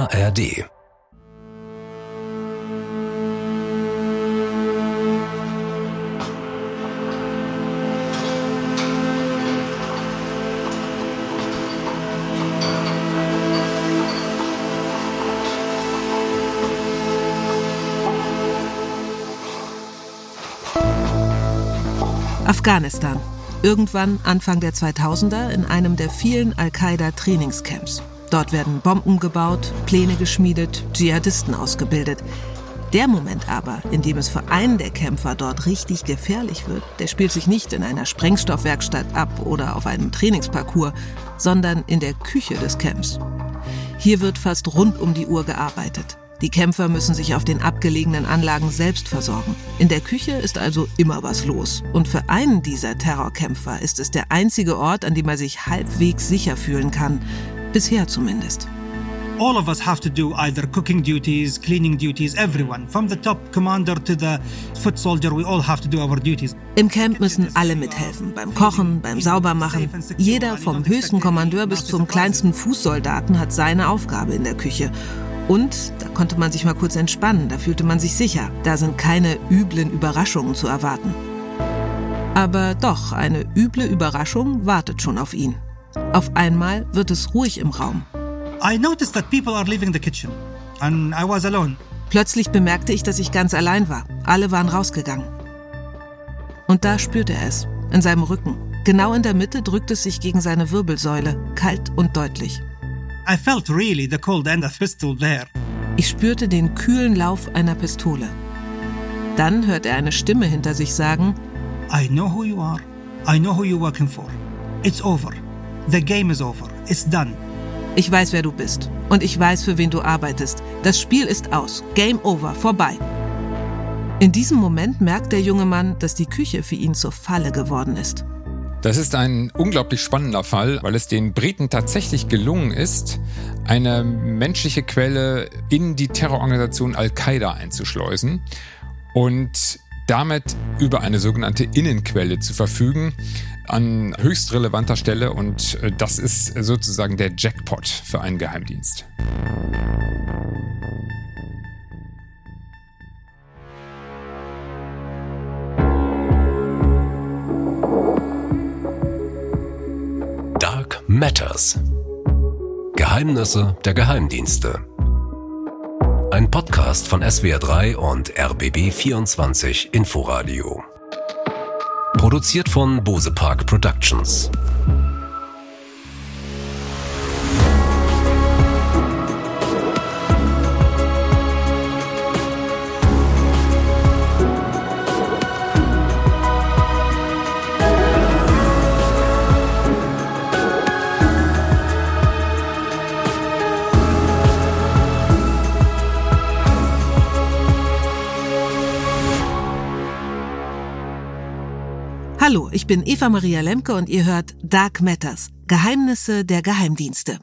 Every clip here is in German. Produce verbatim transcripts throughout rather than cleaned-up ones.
R D. Afghanistan. Irgendwann Anfang der zweitausender in einem der vielen Al-Qaida-Trainingscamps. Dort werden Bomben gebaut, Pläne geschmiedet, Dschihadisten ausgebildet. Der Moment aber, in dem es für einen der Kämpfer dort richtig gefährlich wird, der spielt sich nicht in einer Sprengstoffwerkstatt ab oder auf einem Trainingsparcours, sondern in der Küche des Camps. Hier wird fast rund um die Uhr gearbeitet. Die Kämpfer müssen sich auf den abgelegenen Anlagen selbst versorgen. In der Küche ist also immer was los. Und für einen dieser Terrorkämpfer ist es der einzige Ort, an dem er sich halbwegs sicher fühlen kann. Bisher zumindest. All of us have to do either cooking duties, cleaning duties, everyone. From the top commander to the foot soldier, we all have to do our duties. Im Camp müssen alle mithelfen, beim Kochen, beim Saubermachen. Jeder vom höchsten Kommandeur bis zum kleinsten Fußsoldaten hat seine Aufgabe in der Küche. Und da konnte man sich mal kurz entspannen, da fühlte man sich sicher. Da sind keine üblen Überraschungen zu erwarten. Aber doch, eine üble Überraschung wartet schon auf ihn. Auf einmal wird es ruhig im Raum. I noticed that people are leaving the kitchen and I was alone. Plötzlich bemerkte ich, dass ich ganz allein war. Alle waren rausgegangen. Und da spürte er es, in seinem Rücken. Genau in der Mitte drückt es sich gegen seine Wirbelsäule, kalt und deutlich. I felt really the cold end of pistol there. Ich spürte den kühlen Lauf einer Pistole. Dann hört er eine Stimme hinter sich sagen: I know who you are. I know who you're working for. It's over. The game is over. It's done. Ich weiß, wer du bist. Und ich weiß, für wen du arbeitest. Das Spiel ist aus. Game over. Vorbei. In diesem Moment merkt der junge Mann, dass die Küche für ihn zur Falle geworden ist. Das ist ein unglaublich spannender Fall, weil es den Briten tatsächlich gelungen ist, eine menschliche Quelle in die Terrororganisation Al-Qaida einzuschleusen und damit über eine sogenannte Innenquelle zu verfügen an höchst relevanter Stelle, und das ist sozusagen der Jackpot für einen Geheimdienst. Dark Matters. Geheimnisse der Geheimdienste. Ein Podcast von S W R drei und R B B vierundzwanzig Inforadio. Produziert von Bose Park Productions. Hallo, ich bin Eva Maria Lemke und ihr hört Dark Matters, Geheimnisse der Geheimdienste.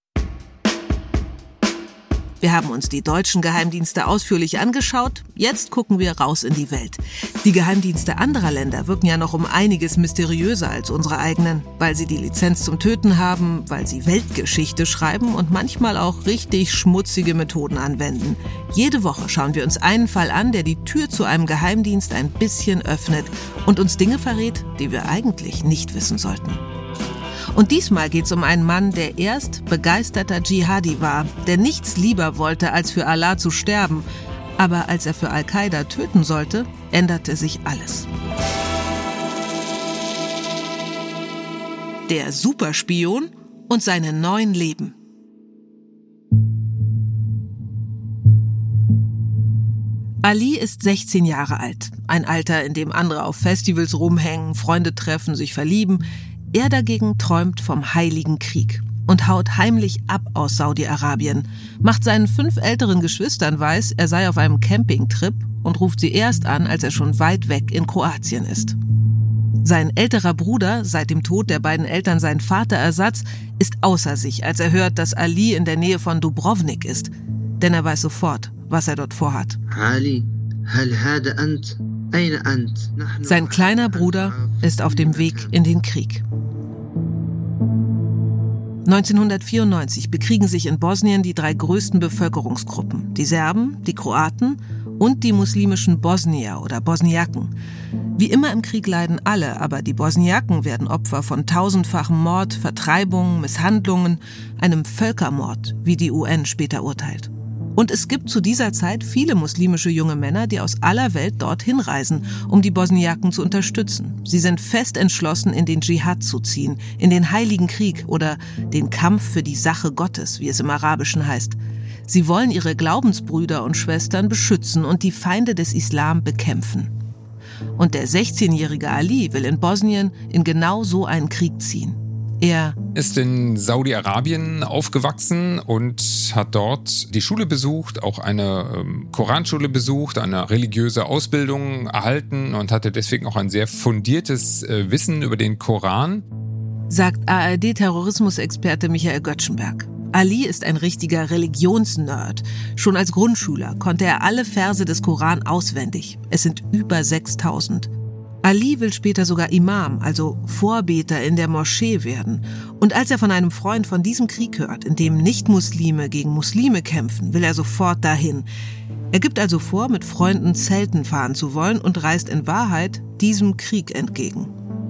Wir haben uns die deutschen Geheimdienste ausführlich angeschaut, jetzt gucken wir raus in die Welt. Die Geheimdienste anderer Länder wirken ja noch um einiges mysteriöser als unsere eigenen, weil sie die Lizenz zum Töten haben, weil sie Weltgeschichte schreiben und manchmal auch richtig schmutzige Methoden anwenden. Jede Woche schauen wir uns einen Fall an, der die Tür zu einem Geheimdienst ein bisschen öffnet und uns Dinge verrät, die wir eigentlich nicht wissen sollten. Und diesmal geht es um einen Mann, der erst begeisterter Dschihadi war, der nichts lieber wollte, als für Allah zu sterben. Aber als er für Al-Qaida töten sollte, änderte sich alles. Der Superspion und seine neuen Leben. Ali ist sechzehn Jahre alt. Ein Alter, in dem andere auf Festivals rumhängen, Freunde treffen, sich verlieben. Er dagegen träumt vom Heiligen Krieg und haut heimlich ab aus Saudi-Arabien, macht seinen fünf älteren Geschwistern weiß, er sei auf einem Campingtrip und ruft sie erst an, als er schon weit weg in Kroatien ist. Sein älterer Bruder, seit dem Tod der beiden Eltern sein Vaterersatz, ist außer sich, als er hört, dass Ali in der Nähe von Dubrovnik ist. Denn er weiß sofort, was er dort vorhat. Ali, hal hada ant? Aina ant? Sein kleiner Bruder ist auf dem Weg in den Krieg. neunzehnhundertvierundneunzig bekriegen sich in Bosnien die drei größten Bevölkerungsgruppen, die Serben, die Kroaten und die muslimischen Bosnier oder Bosniaken. Wie immer im Krieg leiden alle, aber die Bosniaken werden Opfer von tausendfachem Mord, Vertreibungen, Misshandlungen, einem Völkermord, wie die U N später urteilt. Und es gibt zu dieser Zeit viele muslimische junge Männer, die aus aller Welt dorthin reisen, um die Bosniaken zu unterstützen. Sie sind fest entschlossen, in den Dschihad zu ziehen, in den Heiligen Krieg oder den Kampf für die Sache Gottes, wie es im Arabischen heißt. Sie wollen ihre Glaubensbrüder und Schwestern beschützen und die Feinde des Islam bekämpfen. Und der sechzehnjährige Ali will in Bosnien in genau so einen Krieg ziehen. Er ist in Saudi-Arabien aufgewachsen und hat dort die Schule besucht, auch eine ähm, Koranschule besucht, eine religiöse Ausbildung erhalten und hatte deswegen auch ein sehr fundiertes äh, Wissen über den Koran. Sagt A R D-Terrorismusexperte Michael Göttschenberg. Ali ist ein richtiger Religionsnerd. Schon als Grundschüler konnte er alle Verse des Koran auswendig. Es sind über sechstausend. Ali will später sogar Imam, also Vorbeter in der Moschee werden. Und als er von einem Freund von diesem Krieg hört, in dem Nicht-Muslime gegen Muslime kämpfen, will er sofort dahin. Er gibt also vor, mit Freunden Zelten fahren zu wollen und reist in Wahrheit diesem Krieg entgegen.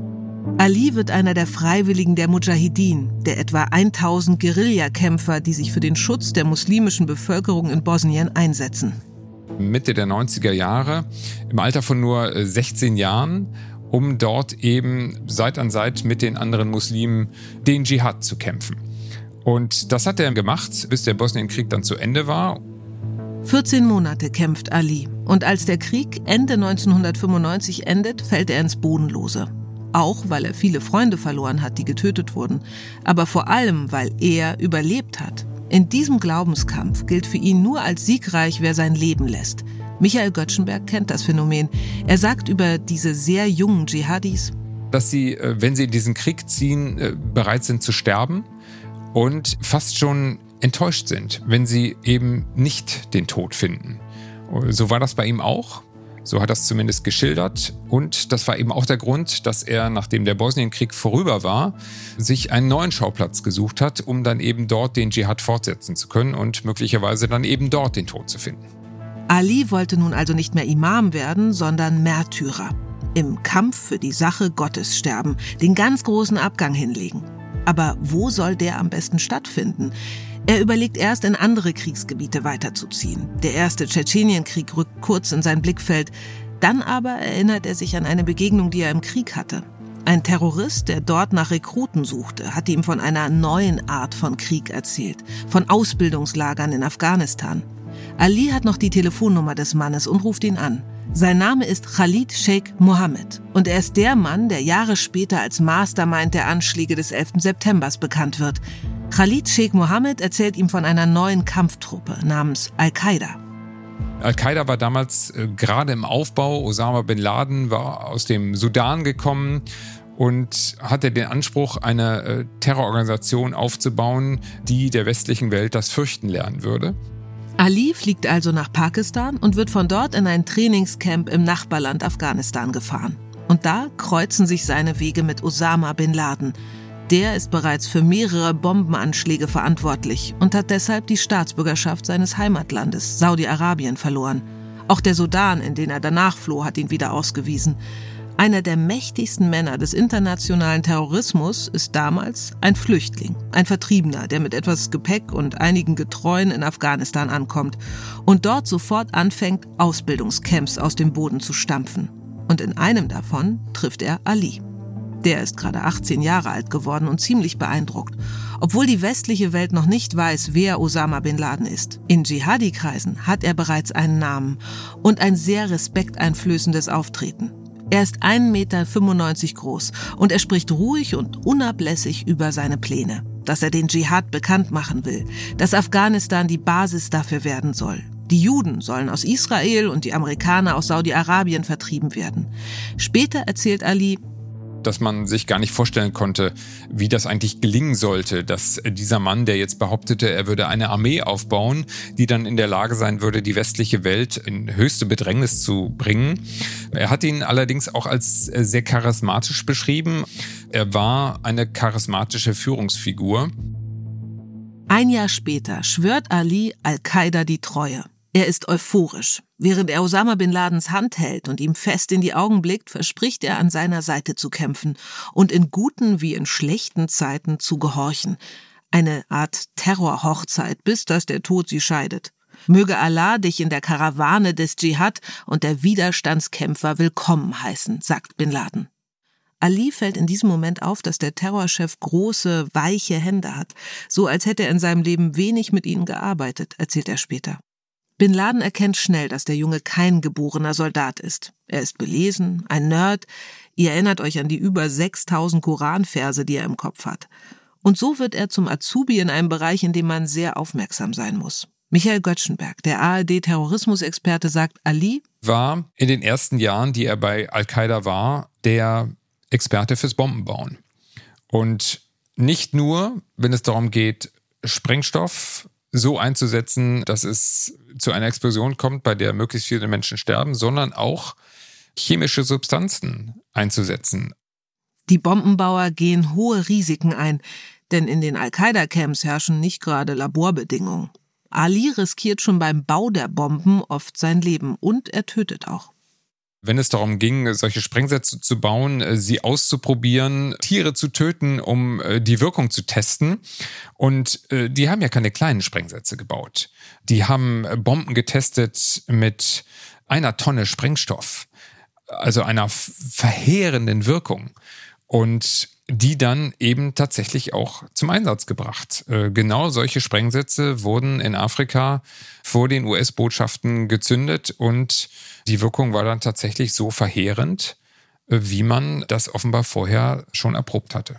Ali wird einer der Freiwilligen der Mudschahidin, der etwa tausend Guerillakämpfer, die sich für den Schutz der muslimischen Bevölkerung in Bosnien einsetzen. Mitte der neunziger Jahre, im Alter von nur sechzehn Jahren, um dort eben Seit an Seit mit den anderen Muslimen den Dschihad zu kämpfen. Und das hat er gemacht, bis der Bosnienkrieg dann zu Ende war. vierzehn Monate kämpft Ali. Und als der Krieg Ende neunzehnhundertfünfundneunzig endet, fällt er ins Bodenlose. Auch weil er viele Freunde verloren hat, die getötet wurden. Aber vor allem, weil er überlebt hat. In diesem Glaubenskampf gilt für ihn nur als siegreich, wer sein Leben lässt. Michael Göttschenberg kennt das Phänomen. Er sagt über diese sehr jungen Dschihadis, dass sie, wenn sie in diesen Krieg ziehen, bereit sind zu sterben und fast schon enttäuscht sind, wenn sie eben nicht den Tod finden. So war das bei ihm auch. So hat er es zumindest geschildert. Und das war eben auch der Grund, dass er, nachdem der Bosnienkrieg vorüber war, sich einen neuen Schauplatz gesucht hat, um dann eben dort den Dschihad fortsetzen zu können und möglicherweise dann eben dort den Tod zu finden. Ali wollte nun also nicht mehr Imam werden, sondern Märtyrer. Im Kampf für die Sache Gottes sterben, den ganz großen Abgang hinlegen. Aber wo soll der am besten stattfinden? Er überlegt erst, in andere Kriegsgebiete weiterzuziehen. Der erste Tschetschenienkrieg rückt kurz in sein Blickfeld. Dann aber erinnert er sich an eine Begegnung, die er im Krieg hatte. Ein Terrorist, der dort nach Rekruten suchte, hatte ihm von einer neuen Art von Krieg erzählt. Von Ausbildungslagern in Afghanistan. Ali hat noch die Telefonnummer des Mannes und ruft ihn an. Sein Name ist Khalid Sheikh Mohammed. Und er ist der Mann, der Jahre später als Mastermind der Anschläge des elften Septembers bekannt wird. Khalid Sheikh Mohammed erzählt ihm von einer neuen Kampftruppe namens Al-Qaida. Al-Qaida war damals äh, gerade im Aufbau. Osama bin Laden war aus dem Sudan gekommen und hatte den Anspruch, eine äh, Terrororganisation aufzubauen, die der westlichen Welt das Fürchten lernen würde. Ali fliegt also nach Pakistan und wird von dort in ein Trainingscamp im Nachbarland Afghanistan gefahren. Und da kreuzen sich seine Wege mit Osama bin Laden. Der ist bereits für mehrere Bombenanschläge verantwortlich und hat deshalb die Staatsbürgerschaft seines Heimatlandes, Saudi-Arabien, verloren. Auch der Sudan, in den er danach floh, hat ihn wieder ausgewiesen. Einer der mächtigsten Männer des internationalen Terrorismus ist damals ein Flüchtling, ein Vertriebener, der mit etwas Gepäck und einigen Getreuen in Afghanistan ankommt und dort sofort anfängt, Ausbildungscamps aus dem Boden zu stampfen. Und in einem davon trifft er Ali. Der ist gerade achtzehn Jahre alt geworden und ziemlich beeindruckt, obwohl die westliche Welt noch nicht weiß, wer Osama bin Laden ist. In Dschihadi-Kreisen hat er bereits einen Namen und ein sehr respekteinflößendes Auftreten. Er ist ein Meter fünfundneunzig groß und er spricht ruhig und unablässig über seine Pläne. Dass er den Dschihad bekannt machen will, dass Afghanistan die Basis dafür werden soll. Die Juden sollen aus Israel und die Amerikaner aus Saudi-Arabien vertrieben werden. Später erzählt Ali, dass man sich gar nicht vorstellen konnte, wie das eigentlich gelingen sollte, dass dieser Mann, der jetzt behauptete, er würde eine Armee aufbauen, die dann in der Lage sein würde, die westliche Welt in höchste Bedrängnis zu bringen. Er hat ihn allerdings auch als sehr charismatisch beschrieben. Er war eine charismatische Führungsfigur. Ein Jahr später schwört Ali Al-Qaida die Treue. Er ist euphorisch. Während er Osama bin Ladens Hand hält und ihm fest in die Augen blickt, verspricht er, an seiner Seite zu kämpfen und in guten wie in schlechten Zeiten zu gehorchen. Eine Art Terrorhochzeit, bis dass der Tod sie scheidet. Möge Allah dich in der Karawane des Dschihad und der Widerstandskämpfer willkommen heißen, sagt Bin Laden. Ali fällt in diesem Moment auf, dass der Terrorchef große, weiche Hände hat, so als hätte er in seinem Leben wenig mit ihnen gearbeitet, erzählt er später. Bin Laden erkennt schnell, dass der Junge kein geborener Soldat ist. Er ist belesen, ein Nerd. Ihr erinnert euch an die über sechstausend Koranverse, die er im Kopf hat. Und so wird er zum Azubi in einem Bereich, in dem man sehr aufmerksam sein muss. Michael Göttschenberg, der A R D-Terrorismusexperte, sagt, Ali war in den ersten Jahren, die er bei Al-Qaida war, der Experte fürs Bombenbauen. Und nicht nur, wenn es darum geht, Sprengstoff so einzusetzen, dass es zu einer Explosion kommt, bei der möglichst viele Menschen sterben, sondern auch chemische Substanzen einzusetzen. Die Bombenbauer gehen hohe Risiken ein, denn in den Al-Qaida-Camps herrschen nicht gerade Laborbedingungen. Ali riskiert schon beim Bau der Bomben oft sein Leben und er tötet auch. Wenn es darum ging, solche Sprengsätze zu bauen, sie auszuprobieren, Tiere zu töten, um die Wirkung zu testen. Und die haben ja keine kleinen Sprengsätze gebaut. Die haben Bomben getestet mit einer Tonne Sprengstoff, also einer verheerenden Wirkung. Und die dann eben tatsächlich auch zum Einsatz gebracht. Genau solche Sprengsätze wurden in Afrika vor den U S-Botschaften gezündet und die Wirkung war dann tatsächlich so verheerend, wie man das offenbar vorher schon erprobt hatte.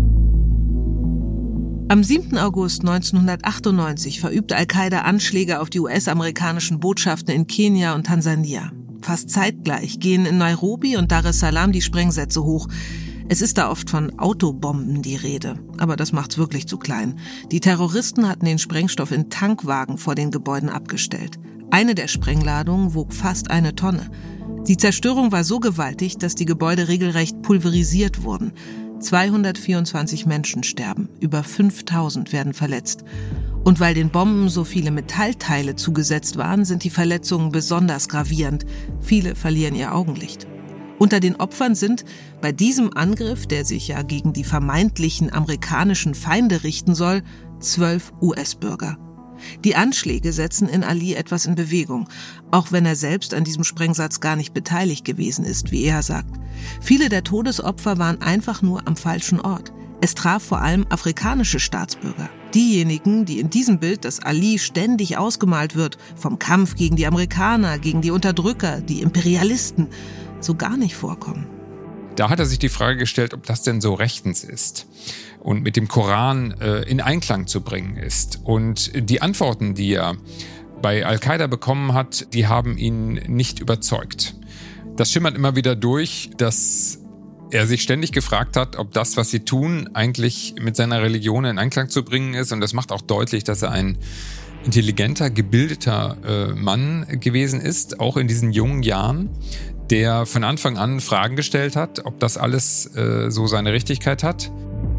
Am siebten August neunzehnhundertachtundneunzig verübte Al-Qaida Anschläge auf die U S-amerikanischen Botschaften in Kenia und Tansania. Fast zeitgleich gehen in Nairobi und Dar es Salaam die Sprengsätze hoch. Es ist da oft von Autobomben die Rede, aber das macht's wirklich zu klein. Die Terroristen hatten den Sprengstoff in Tankwagen vor den Gebäuden abgestellt. Eine der Sprengladungen wog fast eine Tonne. Die Zerstörung war so gewaltig, dass die Gebäude regelrecht pulverisiert wurden. zweihundertvierundzwanzig Menschen sterben, über fünftausend werden verletzt. Und weil den Bomben so viele Metallteile zugesetzt waren, sind die Verletzungen besonders gravierend. Viele verlieren ihr Augenlicht. Unter den Opfern sind bei diesem Angriff, der sich ja gegen die vermeintlichen amerikanischen Feinde richten soll, zwölf U S-Bürger. Die Anschläge setzen in Ali etwas in Bewegung, auch wenn er selbst an diesem Sprengsatz gar nicht beteiligt gewesen ist, wie er sagt. Viele der Todesopfer waren einfach nur am falschen Ort. Es traf vor allem afrikanische Staatsbürger. Diejenigen, die in diesem Bild, das Ali ständig ausgemalt wird, vom Kampf gegen die Amerikaner, gegen die Unterdrücker, die Imperialisten, so gar nicht vorkommen. Da hat er sich die Frage gestellt, ob das denn so rechtens ist und mit dem Koran äh, in Einklang zu bringen ist. Und die Antworten, die er bei Al-Qaida bekommen hat, die haben ihn nicht überzeugt. Das schimmert immer wieder durch, dass er sich ständig gefragt hat, ob das, was sie tun, eigentlich mit seiner Religion in Einklang zu bringen ist. Und das macht auch deutlich, dass er ein intelligenter, gebildeter äh, Mann gewesen ist, auch in diesen jungen Jahren, der von Anfang an Fragen gestellt hat, ob das alles äh, so seine Richtigkeit hat.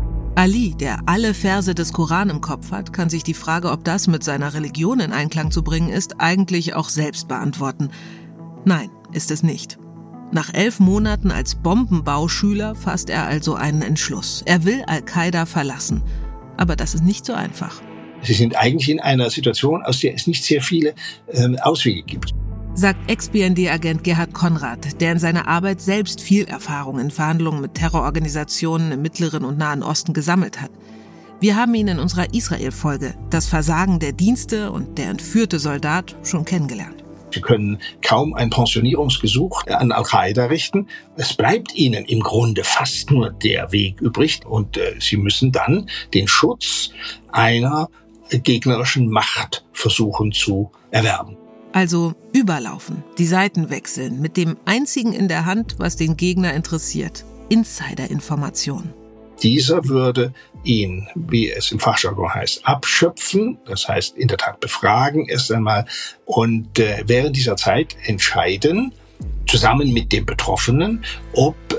Ali, der alle Verse des Koran im Kopf hat, kann sich die Frage, ob das mit seiner Religion in Einklang zu bringen ist, eigentlich auch selbst beantworten. Nein, ist es nicht. Nach elf Monaten als Bombenbauschüler fasst er also einen Entschluss. Er will Al-Qaida verlassen. Aber das ist nicht so einfach. Sie sind eigentlich in einer Situation, aus der es nicht sehr viele ähm, Auswege gibt. Sagt Ex-B N D-Agent Gerhard Konrad, der in seiner Arbeit selbst viel Erfahrung in Verhandlungen mit Terrororganisationen im Mittleren und Nahen Osten gesammelt hat. Wir haben ihn in unserer Israel-Folge, das Versagen der Dienste und der entführte Soldat, schon kennengelernt. Sie können kaum ein Pensionierungsgesuch an Al-Qaida richten. Es bleibt ihnen im Grunde fast nur der Weg übrig und äh, sie müssen dann den Schutz einer gegnerischen Macht versuchen zu erwerben. Also überlaufen, die Seiten wechseln, mit dem einzigen in der Hand, was den Gegner interessiert: Insider-Information. Dieser würde ihn, wie es im Fachjargon heißt, abschöpfen, das heißt in der Tat befragen erst einmal und äh, während dieser Zeit entscheiden, zusammen mit dem Betroffenen, ob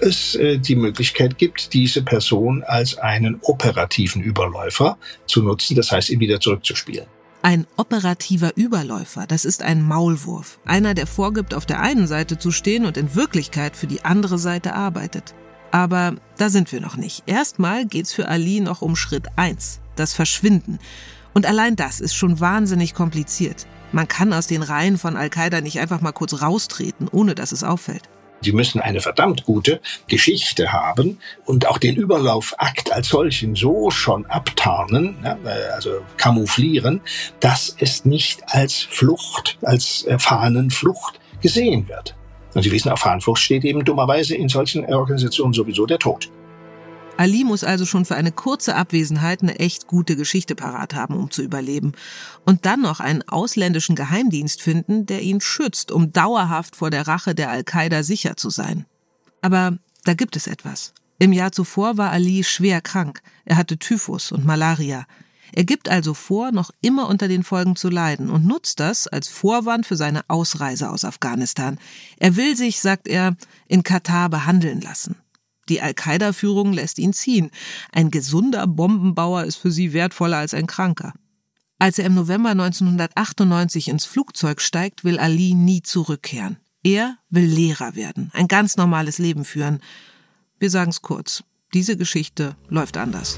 es äh, die Möglichkeit gibt, diese Person als einen operativen Überläufer zu nutzen, das heißt, ihn wieder zurückzuspielen. Ein operativer Überläufer, das ist ein Maulwurf. Einer, der vorgibt, auf der einen Seite zu stehen und in Wirklichkeit für die andere Seite arbeitet. Aber da sind wir noch nicht. Erstmal geht's für Ali noch um Schritt eins, das Verschwinden. Und allein das ist schon wahnsinnig kompliziert. Man kann aus den Reihen von Al-Qaida nicht einfach mal kurz raustreten, ohne dass es auffällt. Sie müssen eine verdammt gute Geschichte haben und auch den Überlaufakt als solchen so schon abtarnen, also camouflieren, dass es nicht als Flucht, als Fahnenflucht gesehen wird. Und Sie wissen, auf Fahnenflucht steht eben dummerweise in solchen Organisationen sowieso der Tod. Ali muss also schon für eine kurze Abwesenheit eine echt gute Geschichte parat haben, um zu überleben. Und dann noch einen ausländischen Geheimdienst finden, der ihn schützt, um dauerhaft vor der Rache der Al-Qaida sicher zu sein. Aber da gibt es etwas. Im Jahr zuvor war Ali schwer krank. Er hatte Typhus und Malaria. Er gibt also vor, noch immer unter den Folgen zu leiden und nutzt das als Vorwand für seine Ausreise aus Afghanistan. Er will sich, sagt er, in Katar behandeln lassen. Die Al-Qaida-Führung lässt ihn ziehen. Ein gesunder Bombenbauer ist für sie wertvoller als ein Kranker. Als er im November neunzehnhundertachtundneunzig ins Flugzeug steigt, will Ali nie zurückkehren. Er will Lehrer werden, ein ganz normales Leben führen. Wir sagen's kurz, diese Geschichte läuft anders.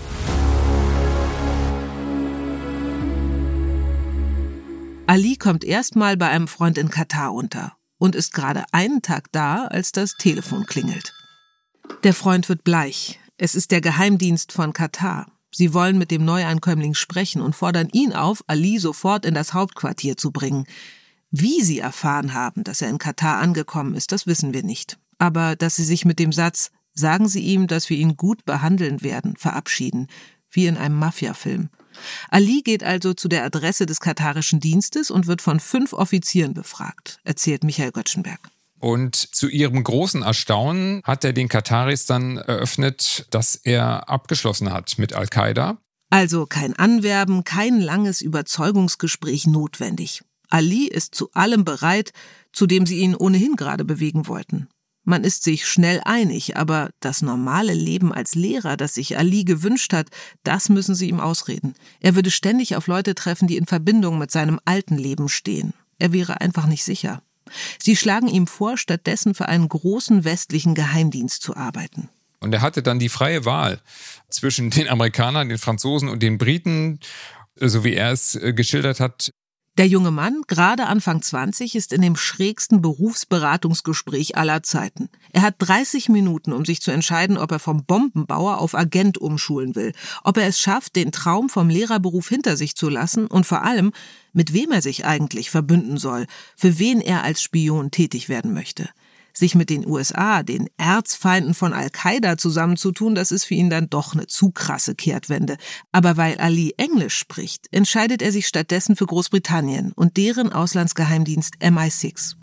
Ali kommt erstmal bei einem Freund in Katar unter und ist gerade einen Tag da, als das Telefon klingelt. Der Freund wird bleich. Es ist der Geheimdienst von Katar. Sie wollen mit dem Neuankömmling sprechen und fordern ihn auf, Ali sofort in das Hauptquartier zu bringen. Wie sie erfahren haben, dass er in Katar angekommen ist, das wissen wir nicht. Aber dass sie sich mit dem Satz »Sagen Sie ihm, dass wir ihn gut behandeln werden« verabschieden, wie in einem Mafia-Film. Ali geht also zu der Adresse des katarischen Dienstes und wird von fünf Offizieren befragt, erzählt Michael Göttschenberg. Und zu ihrem großen Erstaunen hat er den Kataris dann eröffnet, dass er abgeschlossen hat mit Al-Qaida. Also kein Anwerben, kein langes Überzeugungsgespräch notwendig. Ali ist zu allem bereit, zu dem sie ihn ohnehin gerade bewegen wollten. Man ist sich schnell einig, aber das normale Leben als Lehrer, das sich Ali gewünscht hat, das müssen sie ihm ausreden. Er würde ständig auf Leute treffen, die in Verbindung mit seinem alten Leben stehen. Er wäre einfach nicht sicher. Sie schlagen ihm vor, stattdessen für einen großen westlichen Geheimdienst zu arbeiten. Und er hatte dann die freie Wahl zwischen den Amerikanern, den Franzosen und den Briten, so wie er es geschildert hat. Der junge Mann, gerade Anfang zwanzig, ist in dem schrägsten Berufsberatungsgespräch aller Zeiten. Er hat dreißig Minuten, um sich zu entscheiden, ob er vom Bombenbauer auf Agent umschulen will, ob er es schafft, den Traum vom Lehrerberuf hinter sich zu lassen und vor allem, mit wem er sich eigentlich verbünden soll, für wen er als Spion tätig werden möchte. Sich mit den U S A, den Erzfeinden von Al-Qaida zusammenzutun, das ist für ihn dann doch eine zu krasse Kehrtwende. Aber weil Ali Englisch spricht, entscheidet er sich stattdessen für Großbritannien und deren Auslandsgeheimdienst M I sechs.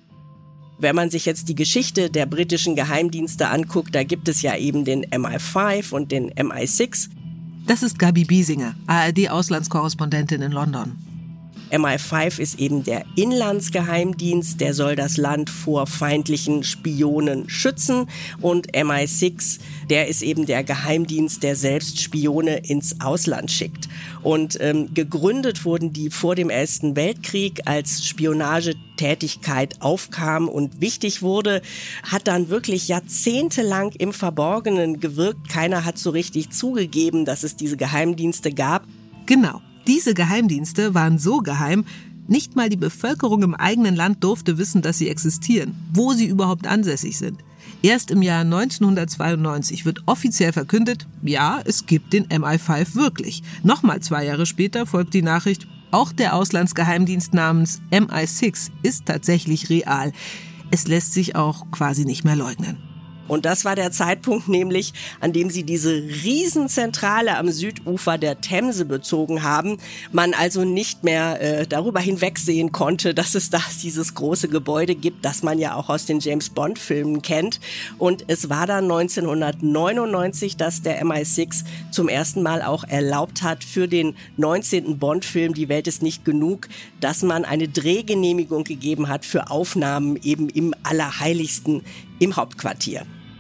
Wenn man sich jetzt die Geschichte der britischen Geheimdienste anguckt, da gibt es ja eben den M I fünf und den M I sechs. Das ist Gabi Biesinger, A R D-Auslandskorrespondentin in London. M I fünf ist eben der Inlandsgeheimdienst, der soll das Land vor feindlichen Spionen schützen. Und M I sechs, der ist eben der Geheimdienst, der selbst Spione ins Ausland schickt. Und ähm, gegründet wurden die vor dem Ersten Weltkrieg, als Spionagetätigkeit aufkam und wichtig wurde, hat dann wirklich jahrzehntelang im Verborgenen gewirkt. Keiner hat so richtig zugegeben, dass es diese Geheimdienste gab. Genau. Diese Geheimdienste waren so geheim, nicht mal die Bevölkerung im eigenen Land durfte wissen, dass sie existieren, wo sie überhaupt ansässig sind. Erst im Jahr neunzehnhundertzweiundneunzig wird offiziell verkündet, ja, es gibt den M I fünf wirklich. Nochmal zwei Jahre später folgt die Nachricht, auch der Auslandsgeheimdienst namens M I sechs ist tatsächlich real. Es lässt sich auch quasi nicht mehr leugnen. Und das war der Zeitpunkt nämlich, an dem sie diese Riesenzentrale am Südufer der Themse bezogen haben. Man also nicht mehr äh, darüber hinwegsehen konnte, dass es da dieses große Gebäude gibt, das man ja auch aus den James-Bond-Filmen kennt. Und es war dann neunzehnhundertneunundneunzig, dass der M I sechs zum ersten Mal auch erlaubt hat, für den neunzehnten Bond-Film Die Welt ist nicht genug, dass man eine Drehgenehmigung gegeben hat für Aufnahmen eben im Allerheiligsten im Hauptquartier.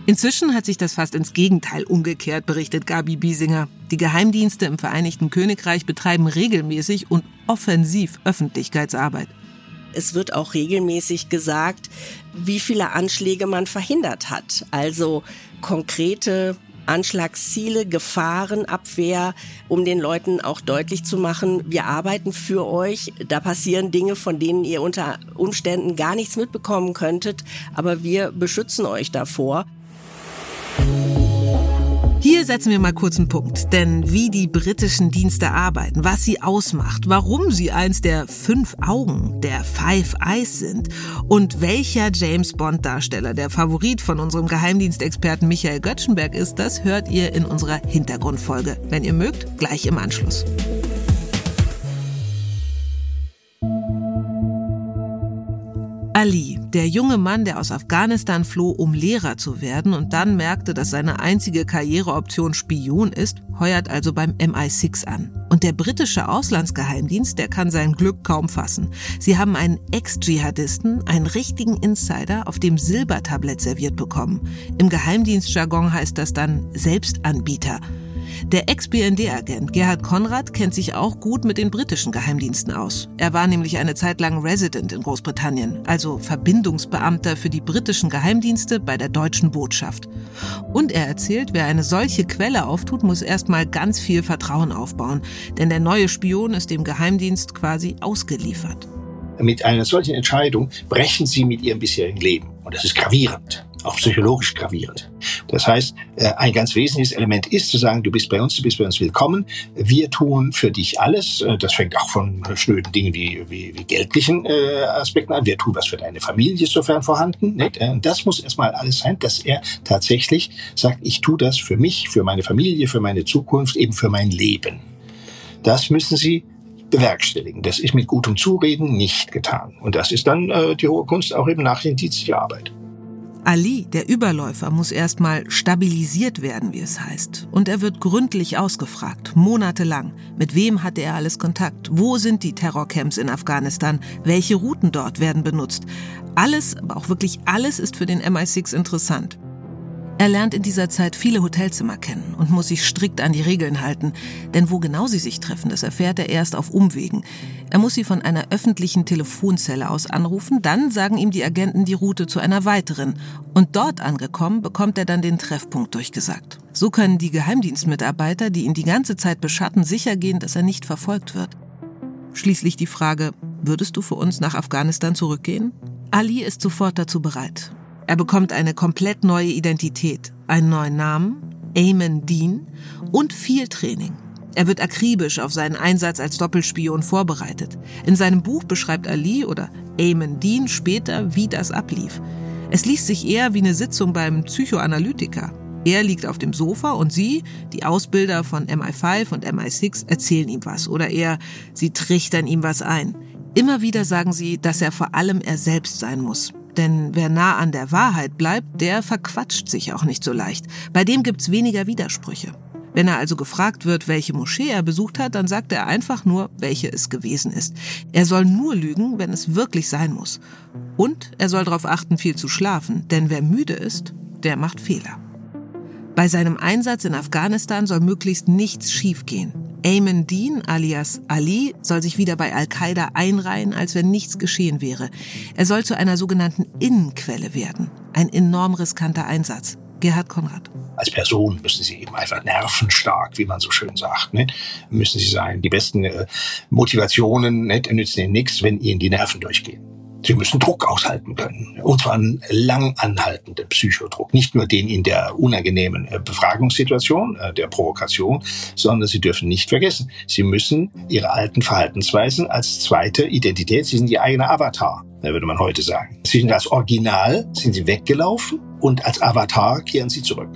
Inzwischen hat sich das fast ins Gegenteil umgekehrt, berichtet Gabi Biesinger. Die Geheimdienste im Vereinigten Königreich betreiben regelmäßig und offensiv Öffentlichkeitsarbeit. Es wird auch regelmäßig gesagt, wie viele Anschläge man verhindert hat. Also konkrete Anschlagsziele, Gefahrenabwehr, um den Leuten auch deutlich zu machen, wir arbeiten für euch. Da passieren Dinge, von denen ihr unter Umständen gar nichts mitbekommen könntet, aber wir beschützen euch davor. Hier setzen wir mal kurz einen Punkt, denn wie die britischen Dienste arbeiten, was sie ausmacht, warum sie eins der fünf Augen, der Five Eyes sind und welcher James-Bond-Darsteller der Favorit von unserem Geheimdienstexperten Michael Göttschenberg ist, das hört ihr in unserer Hintergrundfolge. Wenn ihr mögt, gleich im Anschluss. Ali, der junge Mann, der aus Afghanistan floh, um Lehrer zu werden und dann merkte, dass seine einzige Karriereoption Spion ist, heuert also beim M I sechs an. Und der britische Auslandsgeheimdienst, der kann sein Glück kaum fassen. Sie haben einen Ex-Dschihadisten, einen richtigen Insider, auf dem Silbertablett serviert bekommen. Im Geheimdienstjargon heißt das dann Selbstanbieter. Der Ex-B N D-Agent Gerhard Konrad kennt sich auch gut mit den britischen Geheimdiensten aus. Er war nämlich eine Zeit lang Resident in Großbritannien, also Verbindungsbeamter für die britischen Geheimdienste bei der deutschen Botschaft. Und er erzählt, wer eine solche Quelle auftut, muss erstmal ganz viel Vertrauen aufbauen, denn der neue Spion ist dem Geheimdienst quasi ausgeliefert. Mit einer solchen Entscheidung brechen Sie mit Ihrem bisherigen Leben. Und das ist gravierend, auch psychologisch gravierend. Das heißt, ein ganz wesentliches Element ist zu sagen, du bist bei uns, du bist bei uns willkommen. Wir tun für dich alles. Das fängt auch von schnöden Dingen wie, wie, wie geldlichen Aspekten an. Wir tun was für deine Familie, sofern vorhanden. Das muss erstmal alles sein, dass er tatsächlich sagt, ich tue das für mich, für meine Familie, für meine Zukunft, eben für mein Leben. Das müssen Sie bewerkstelligen. Das ist mit gutem Zureden nicht getan. Und das ist dann äh, die hohe Kunst auch eben nachdienstliche Arbeit. Ali, der Überläufer, muss erstmal stabilisiert werden, wie es heißt. Und er wird gründlich ausgefragt, monatelang. Mit wem hatte er alles Kontakt? Wo sind die Terrorcamps in Afghanistan? Welche Routen dort werden benutzt? Alles, aber auch wirklich alles ist für den M I sechs interessant. Er lernt in dieser Zeit viele Hotelzimmer kennen und muss sich strikt an die Regeln halten. Denn wo genau sie sich treffen, das erfährt er erst auf Umwegen. Er muss sie von einer öffentlichen Telefonzelle aus anrufen, dann sagen ihm die Agenten die Route zu einer weiteren. Und dort angekommen, bekommt er dann den Treffpunkt durchgesagt. So können die Geheimdienstmitarbeiter, die ihn die ganze Zeit beschatten, sicher gehen, dass er nicht verfolgt wird. Schließlich die Frage, würdest du für uns nach Afghanistan zurückgehen? Ali ist sofort dazu bereit. Er bekommt eine komplett neue Identität, einen neuen Namen, Ayman Dean, und viel Training. Er wird akribisch auf seinen Einsatz als Doppelspion vorbereitet. In seinem Buch beschreibt Ali oder Ayman Dean später, wie das ablief. Es liest sich eher wie eine Sitzung beim Psychoanalytiker. Er liegt auf dem Sofa und sie, die Ausbilder von M I fünf und M I sechs, erzählen ihm was oder eher, sie trichtern ihm was ein. Immer wieder sagen sie, dass er vor allem er selbst sein muss. Denn wer nah an der Wahrheit bleibt, der verquatscht sich auch nicht so leicht. Bei dem gibt's weniger Widersprüche. Wenn er also gefragt wird, welche Moschee er besucht hat, dann sagt er einfach nur, welche es gewesen ist. Er soll nur lügen, wenn es wirklich sein muss. Und er soll darauf achten, viel zu schlafen, denn wer müde ist, der macht Fehler. Bei seinem Einsatz in Afghanistan soll möglichst nichts schiefgehen. Ayman Dean alias Ali soll sich wieder bei Al-Qaida einreihen, als wenn nichts geschehen wäre. Er soll zu einer sogenannten Innenquelle werden. Ein enorm riskanter Einsatz. Gerhard Konrad. Als Person müssen Sie eben einfach nervenstark, wie man so schön sagt, ne? Müssen Sie sein. Die besten äh, Motivationen ne, nützen Ihnen nichts, wenn Ihnen die Nerven durchgehen. Sie müssen Druck aushalten können. Und zwar einen lang anhaltenden Psychodruck. Nicht nur den in der unangenehmen Befragungssituation, der Provokation, sondern Sie dürfen nicht vergessen, Sie müssen Ihre alten Verhaltensweisen als zweite Identität, Sie sind Ihr eigener Avatar, würde man heute sagen. Sie sind als Original, sind Sie weggelaufen und als Avatar kehren Sie zurück.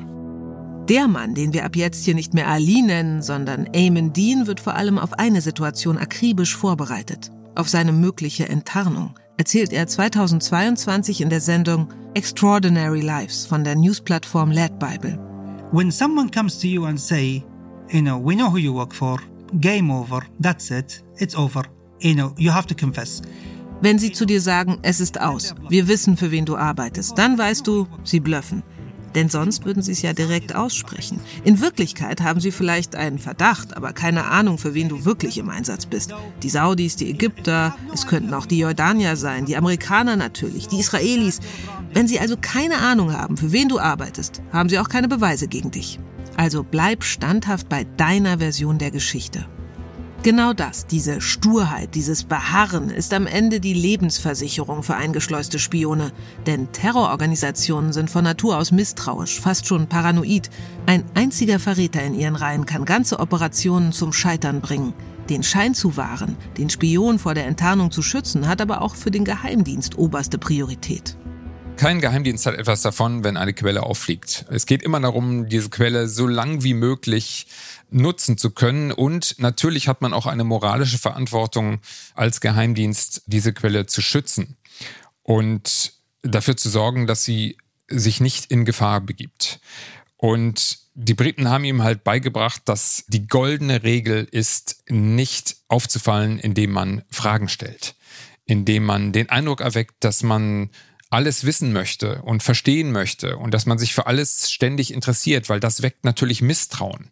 Der Mann, den wir ab jetzt hier nicht mehr Ali nennen, sondern Ayman Dean, wird vor allem auf eine Situation akribisch vorbereitet. Auf seine mögliche Enttarnung. Erzählt er zweitausendzweiundzwanzig in der Sendung Extraordinary Lives von der Newsplattform Ledbible. When someone comes to you and say, you know, we know who you work for, game over, that's it, it's over, you know, you have to confess. Wenn sie zu dir sagen, es ist aus, wir wissen, für wen du arbeitest, dann weißt du, sie blöffen. Denn sonst würden sie es ja direkt aussprechen. In Wirklichkeit haben sie vielleicht einen Verdacht, aber keine Ahnung, für wen du wirklich im Einsatz bist. Die Saudis, die Ägypter, es könnten auch die Jordanier sein, die Amerikaner natürlich, die Israelis. Wenn sie also keine Ahnung haben, für wen du arbeitest, haben sie auch keine Beweise gegen dich. Also bleib standhaft bei deiner Version der Geschichte. Genau das, diese Sturheit, dieses Beharren, ist am Ende die Lebensversicherung für eingeschleuste Spione. Denn Terrororganisationen sind von Natur aus misstrauisch, fast schon paranoid. Ein einziger Verräter in ihren Reihen kann ganze Operationen zum Scheitern bringen. Den Schein zu wahren, den Spion vor der Enttarnung zu schützen, hat aber auch für den Geheimdienst oberste Priorität. Kein Geheimdienst hat etwas davon, wenn eine Quelle auffliegt. Es geht immer darum, diese Quelle so lang wie möglich nutzen zu können. Und natürlich hat man auch eine moralische Verantwortung als Geheimdienst, diese Quelle zu schützen und dafür zu sorgen, dass sie sich nicht in Gefahr begibt. Und die Briten haben ihm halt beigebracht, dass die goldene Regel ist, nicht aufzufallen, indem man Fragen stellt, indem man den Eindruck erweckt, dass man alles wissen möchte und verstehen möchte und dass man sich für alles ständig interessiert, weil das weckt natürlich Misstrauen.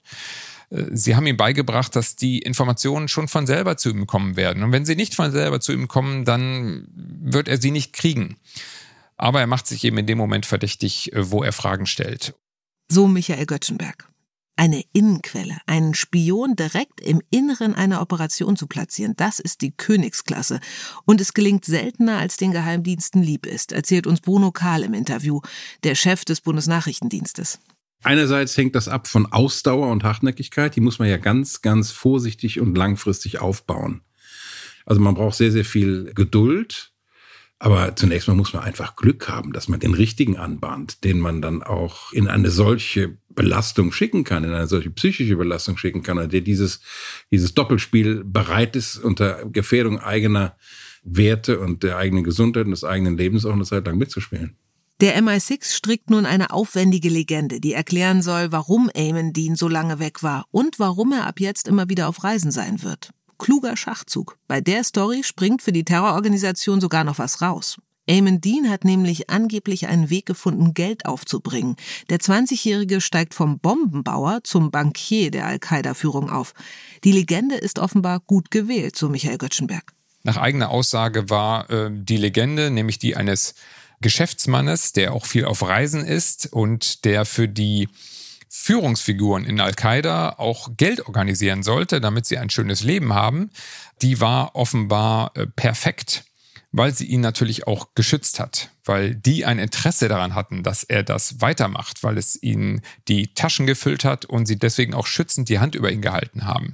Sie haben ihm beigebracht, dass die Informationen schon von selber zu ihm kommen werden. Und wenn sie nicht von selber zu ihm kommen, dann wird er sie nicht kriegen. Aber er macht sich eben in dem Moment verdächtig, wo er Fragen stellt. So Michael Göttschenberg. Eine Innenquelle, einen Spion direkt im Inneren einer Operation zu platzieren, das ist die Königsklasse. Und es gelingt seltener, als den Geheimdiensten lieb ist, erzählt uns Bruno Kahl im Interview, der Chef des Bundesnachrichtendienstes. Einerseits hängt das ab von Ausdauer und Hartnäckigkeit. Die muss man ja ganz, ganz vorsichtig und langfristig aufbauen. Also man braucht sehr, sehr viel Geduld. Aber zunächst mal muss man einfach Glück haben, dass man den richtigen anbahnt, den man dann auch in eine solche Belastung schicken kann, in eine solche psychische Belastung schicken kann, und der dieses, dieses Doppelspiel bereit ist, unter Gefährdung eigener Werte und der eigenen Gesundheit und des eigenen Lebens auch eine Zeit lang mitzuspielen. Der M I sechs strickt nun eine aufwendige Legende, die erklären soll, warum Eamon Dean so lange weg war und warum er ab jetzt immer wieder auf Reisen sein wird. Kluger Schachzug. Bei der Story springt für die Terrororganisation sogar noch was raus. Eamon Dean hat nämlich angeblich einen Weg gefunden, Geld aufzubringen. Der zwanzigjährige steigt vom Bombenbauer zum Bankier der Al-Qaida-Führung auf. Die Legende ist offenbar gut gewählt, so Michael Göttschenberg. Nach eigener Aussage war äh, die Legende nämlich die eines Geschäftsmannes, der auch viel auf Reisen ist und der für die Führungsfiguren in Al-Qaida auch Geld organisieren sollte, damit sie ein schönes Leben haben. Die war offenbar äh, perfekt, weil sie ihn natürlich auch geschützt hat, weil die ein Interesse daran hatten, dass er das weitermacht, weil es ihnen die Taschen gefüllt hat und sie deswegen auch schützend die Hand über ihn gehalten haben.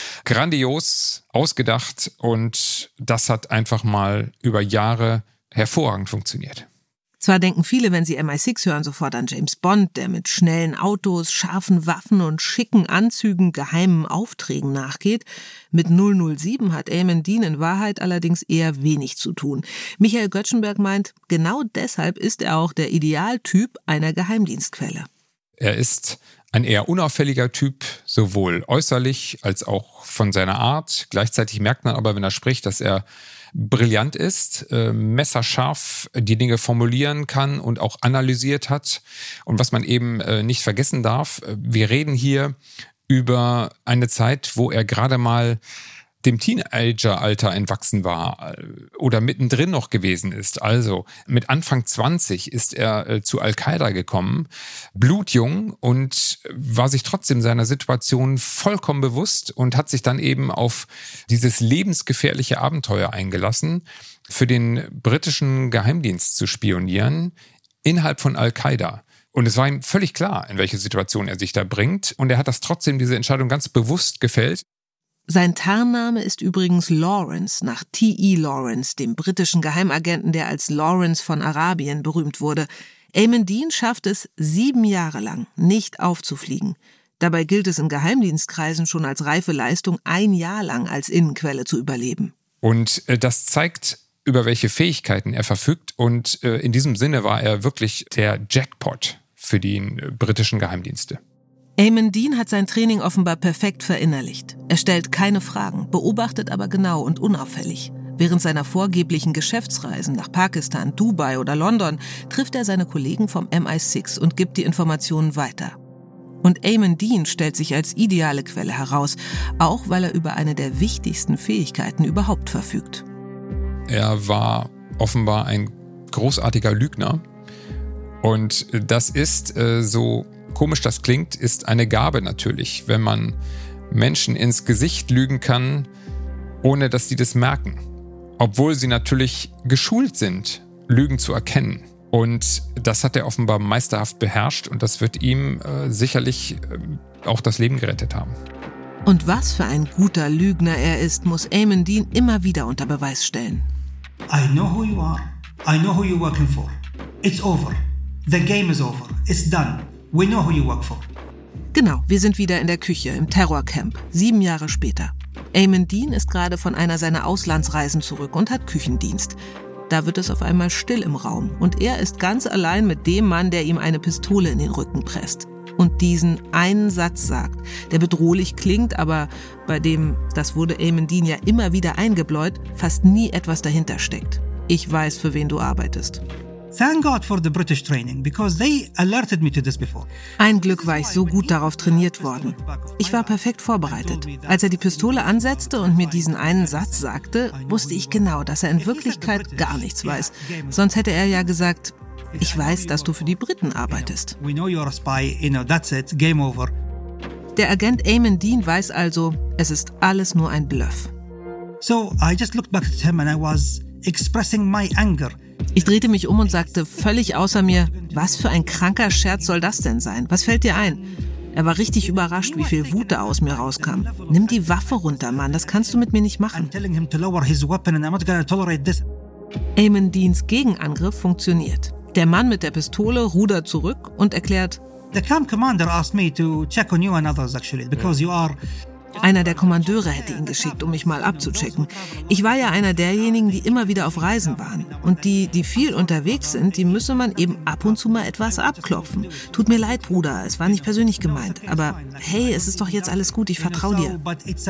Grandios, ausgedacht, und das hat einfach mal über Jahre hervorragend funktioniert. Zwar denken viele, wenn sie M I sechs hören, sofort an James Bond, der mit schnellen Autos, scharfen Waffen und schicken Anzügen geheimen Aufträgen nachgeht. Mit null null sieben hat Eamon Dean in Wahrheit allerdings eher wenig zu tun. Michael Göttschenberg meint, genau deshalb ist er auch der Idealtyp einer Geheimdienstquelle. Er ist ein eher unauffälliger Typ, sowohl äußerlich als auch von seiner Art. Gleichzeitig merkt man aber, wenn er spricht, dass er brillant ist, äh, messerscharf die Dinge formulieren kann und auch analysiert hat. Und was man eben äh, nicht vergessen darf, wir reden hier über eine Zeit, wo er gerade mal dem Teenageralter entwachsen war oder mittendrin noch gewesen ist. Also mit Anfang zwanzig ist er äh, zu Al-Qaida gekommen, blutjung, und war sich trotzdem seiner Situation vollkommen bewusst und hat sich dann eben auf dieses lebensgefährliche Abenteuer eingelassen, für den britischen Geheimdienst zu spionieren, innerhalb von Al-Qaida. Und es war ihm völlig klar, in welche Situation er sich da bringt. Und er hat das trotzdem, diese Entscheidung, ganz bewusst gefällt. Sein Tarnname ist übrigens Lawrence, nach T E Lawrence, dem britischen Geheimagenten, der als Lawrence von Arabien berühmt wurde. Eamon Dean schafft es sieben Jahre lang, nicht aufzufliegen. Dabei gilt es in Geheimdienstkreisen schon als reife Leistung, ein Jahr lang als Innenquelle zu überleben. Und äh, das zeigt, über welche Fähigkeiten er verfügt. Und äh, in diesem Sinne war er wirklich der Jackpot für die äh, britischen Geheimdienste. Eamon Dean hat sein Training offenbar perfekt verinnerlicht. Er stellt keine Fragen, beobachtet aber genau und unauffällig. Während seiner vorgeblichen Geschäftsreisen nach Pakistan, Dubai oder London trifft er seine Kollegen vom M I sechs und gibt die Informationen weiter. Und Eamon Dean stellt sich als ideale Quelle heraus, auch weil er über eine der wichtigsten Fähigkeiten überhaupt verfügt. Er war offenbar ein großartiger Lügner. Und das ist, äh, so komisch das klingt, ist eine Gabe natürlich, wenn man Menschen ins Gesicht lügen kann, ohne dass sie das merken. Obwohl sie natürlich geschult sind, Lügen zu erkennen. Und das hat er offenbar meisterhaft beherrscht und das wird ihm äh, sicherlich äh, auch das Leben gerettet haben. Und was für ein guter Lügner er ist, muss Eamon Dean immer wieder unter Beweis stellen. I know who you are. I know who you're working for. It's over. The game is over. It's done. We know who you work for. Genau, wir sind wieder in der Küche im Terrorcamp, sieben Jahre später. Eamon Dean ist gerade von einer seiner Auslandsreisen zurück und hat Küchendienst. Da wird es auf einmal still im Raum und er ist ganz allein mit dem Mann, der ihm eine Pistole in den Rücken presst. Und diesen einen Satz sagt, der bedrohlich klingt, aber bei dem, das wurde Eamon Dean ja immer wieder eingebläut, fast nie etwas dahinter steckt. Ich weiß, für wen du arbeitest. Thank God for the British training, because they alerted me to this before. Ein Glück war ich so gut darauf trainiert worden. Ich war perfekt vorbereitet. Als er die Pistole ansetzte und mir diesen einen Satz sagte, wusste ich genau, dass er in Wirklichkeit gar nichts weiß. Sonst hätte er ja gesagt, ich weiß, dass du für die Briten arbeitest. We know you're a spy, you know, that's it, game over. Der Agent Eamon Dean weiß also, es ist alles nur ein Bluff. So I just looked back at him and I was expressing my anger. Ich drehte mich um und sagte völlig außer mir, was für ein kranker Scherz soll das denn sein? Was fällt dir ein? Er war richtig überrascht, wie viel Wut da aus mir rauskam. Nimm die Waffe runter, Mann, das kannst du mit mir nicht machen. Eamon Deans Gegenangriff funktioniert. Der Mann mit der Pistole rudert zurück und erklärt, The camp commander asked me to check on you and others actually, because you are... Einer der Kommandeure hätte ihn geschickt, um mich mal abzuchecken. Ich war ja einer derjenigen, die immer wieder auf Reisen waren. Und die, die viel unterwegs sind, die müsse man eben ab und zu mal etwas abklopfen. Tut mir leid, Bruder, es war nicht persönlich gemeint. Aber hey, es ist doch jetzt alles gut, ich vertraue dir.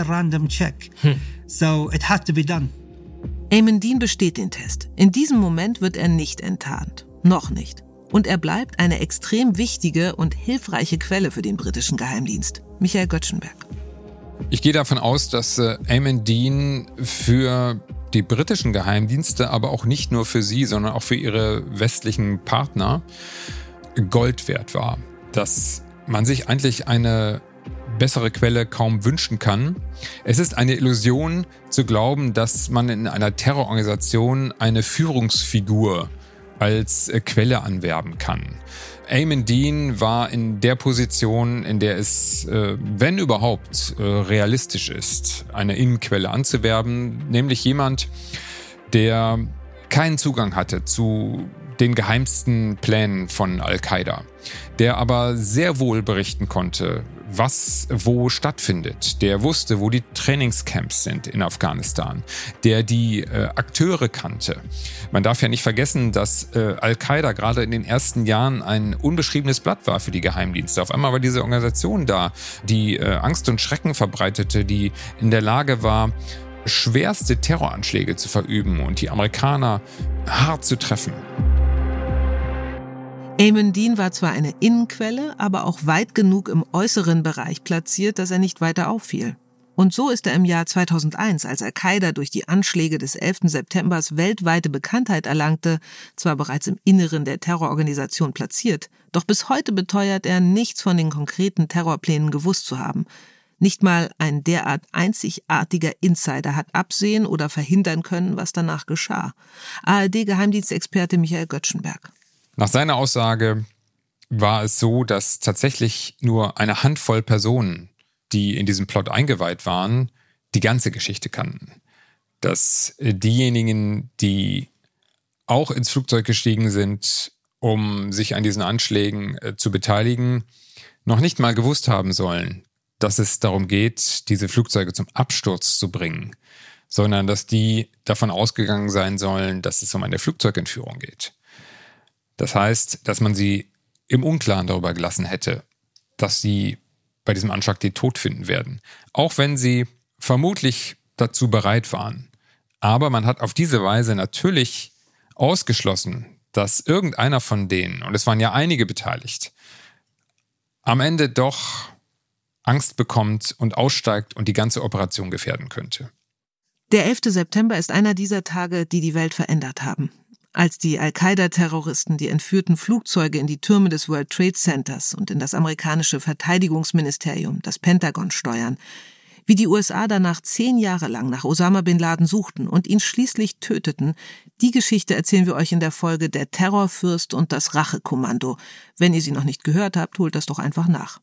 Eamon Dean besteht den Test. In diesem Moment wird er nicht enttarnt. Noch nicht. Und er bleibt eine extrem wichtige und hilfreiche Quelle für den britischen Geheimdienst. Michael Göttschenberg. Ich gehe davon aus, dass äh, Eamon Dean für die britischen Geheimdienste, aber auch nicht nur für sie, sondern auch für ihre westlichen Partner Gold wert war. Dass man sich eigentlich eine bessere Quelle kaum wünschen kann. Es ist eine Illusion zu glauben, dass man in einer Terrororganisation eine Führungsfigur als äh, Quelle anwerben kann. Eamon Dean war in der Position, in der es, äh, wenn überhaupt, äh, realistisch ist, eine Innenquelle anzuwerben, nämlich jemand, der keinen Zugang hatte zu den geheimsten Plänen von Al-Qaida, der aber sehr wohl berichten konnte, was wo stattfindet, der wusste, wo die Trainingscamps sind in Afghanistan, der die äh, Akteure kannte. Man darf ja nicht vergessen, dass äh, Al-Qaida gerade in den ersten Jahren ein unbeschriebenes Blatt war für die Geheimdienste. Auf einmal war diese Organisation da, die äh, Angst und Schrecken verbreitete, die in der Lage war, schwerste Terroranschläge zu verüben und die Amerikaner hart zu treffen. Eamon Dean war zwar eine Innenquelle, aber auch weit genug im äußeren Bereich platziert, dass er nicht weiter auffiel. Und so ist er im Jahr zweitausendeins, als Al-Qaida durch die Anschläge des elften September weltweite Bekanntheit erlangte, zwar bereits im Inneren der Terrororganisation platziert, doch bis heute beteuert er, nichts von den konkreten Terrorplänen gewusst zu haben. Nicht mal ein derart einzigartiger Insider hat absehen oder verhindern können, was danach geschah. A R D-Geheimdienstexperte Michael Göttschenberg. Nach seiner Aussage war es so, dass tatsächlich nur eine Handvoll Personen, die in diesem Plot eingeweiht waren, die ganze Geschichte kannten. Dass diejenigen, die auch ins Flugzeug gestiegen sind, um sich an diesen Anschlägen äh, zu beteiligen, noch nicht mal gewusst haben sollen, dass es darum geht, diese Flugzeuge zum Absturz zu bringen, sondern dass die davon ausgegangen sein sollen, dass es um eine Flugzeugentführung geht. Das heißt, dass man sie im Unklaren darüber gelassen hätte, dass sie bei diesem Anschlag den Tod finden werden. Auch wenn sie vermutlich dazu bereit waren. Aber man hat auf diese Weise natürlich ausgeschlossen, dass irgendeiner von denen, und es waren ja einige beteiligt, am Ende doch Angst bekommt und aussteigt und die ganze Operation gefährden könnte. Der elfte September ist einer dieser Tage, die die Welt verändert haben. Als die Al-Qaida-Terroristen die entführten Flugzeuge in die Türme des World Trade Centers und in das amerikanische Verteidigungsministerium, das Pentagon, steuern, wie die U S A danach zehn Jahre lang nach Osama Bin Laden suchten und ihn schließlich töteten, die Geschichte erzählen wir euch in der Folge Der Terrorfürst und das Rachekommando. Wenn ihr sie noch nicht gehört habt, holt das doch einfach nach.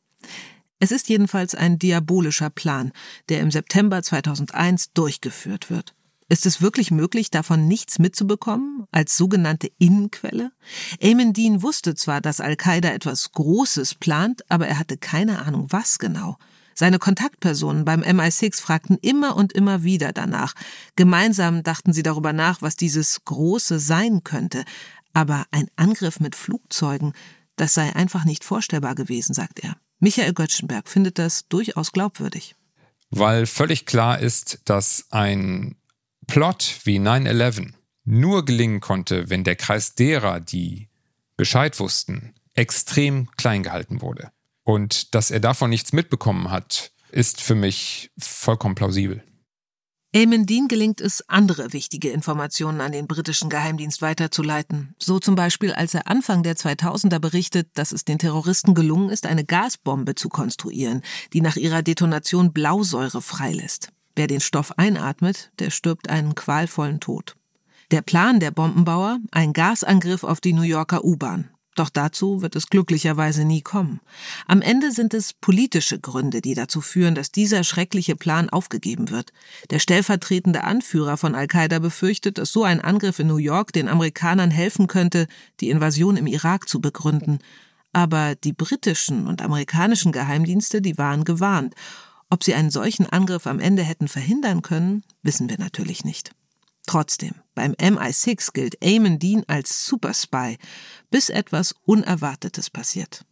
Es ist jedenfalls ein diabolischer Plan, der im September zweitausendeins durchgeführt wird. Ist es wirklich möglich, davon nichts mitzubekommen, als sogenannte Innenquelle? Ayman Dean wusste zwar, dass Al-Qaida etwas Großes plant, aber er hatte keine Ahnung, was genau. Seine Kontaktpersonen beim M I sechs fragten immer und immer wieder danach. Gemeinsam dachten sie darüber nach, was dieses Große sein könnte. Aber ein Angriff mit Flugzeugen, das sei einfach nicht vorstellbar gewesen, sagt er. Michael Göttschenberg findet das durchaus glaubwürdig. Weil völlig klar ist, dass ein Plot wie nine eleven nur gelingen konnte, wenn der Kreis derer, die Bescheid wussten, extrem klein gehalten wurde. Und dass er davon nichts mitbekommen hat, ist für mich vollkommen plausibel. Ayman Dean gelingt es, andere wichtige Informationen an den britischen Geheimdienst weiterzuleiten. So zum Beispiel, als er Anfang der zweitausender berichtet, dass es den Terroristen gelungen ist, eine Gasbombe zu konstruieren, die nach ihrer Detonation Blausäure freilässt. Wer den Stoff einatmet, der stirbt einen qualvollen Tod. Der Plan der Bombenbauer, ein Gasangriff auf die New Yorker U-Bahn. Doch dazu wird es glücklicherweise nie kommen. Am Ende sind es politische Gründe, die dazu führen, dass dieser schreckliche Plan aufgegeben wird. Der stellvertretende Anführer von Al-Qaida befürchtet, dass so ein Angriff in New York den Amerikanern helfen könnte, die Invasion im Irak zu begründen. Aber die britischen und amerikanischen Geheimdienste, die waren gewarnt. Ob sie einen solchen Angriff am Ende hätten verhindern können, wissen wir natürlich nicht. Trotzdem, beim M I sechs gilt Ayman Dean als Superspy, bis etwas Unerwartetes passiert.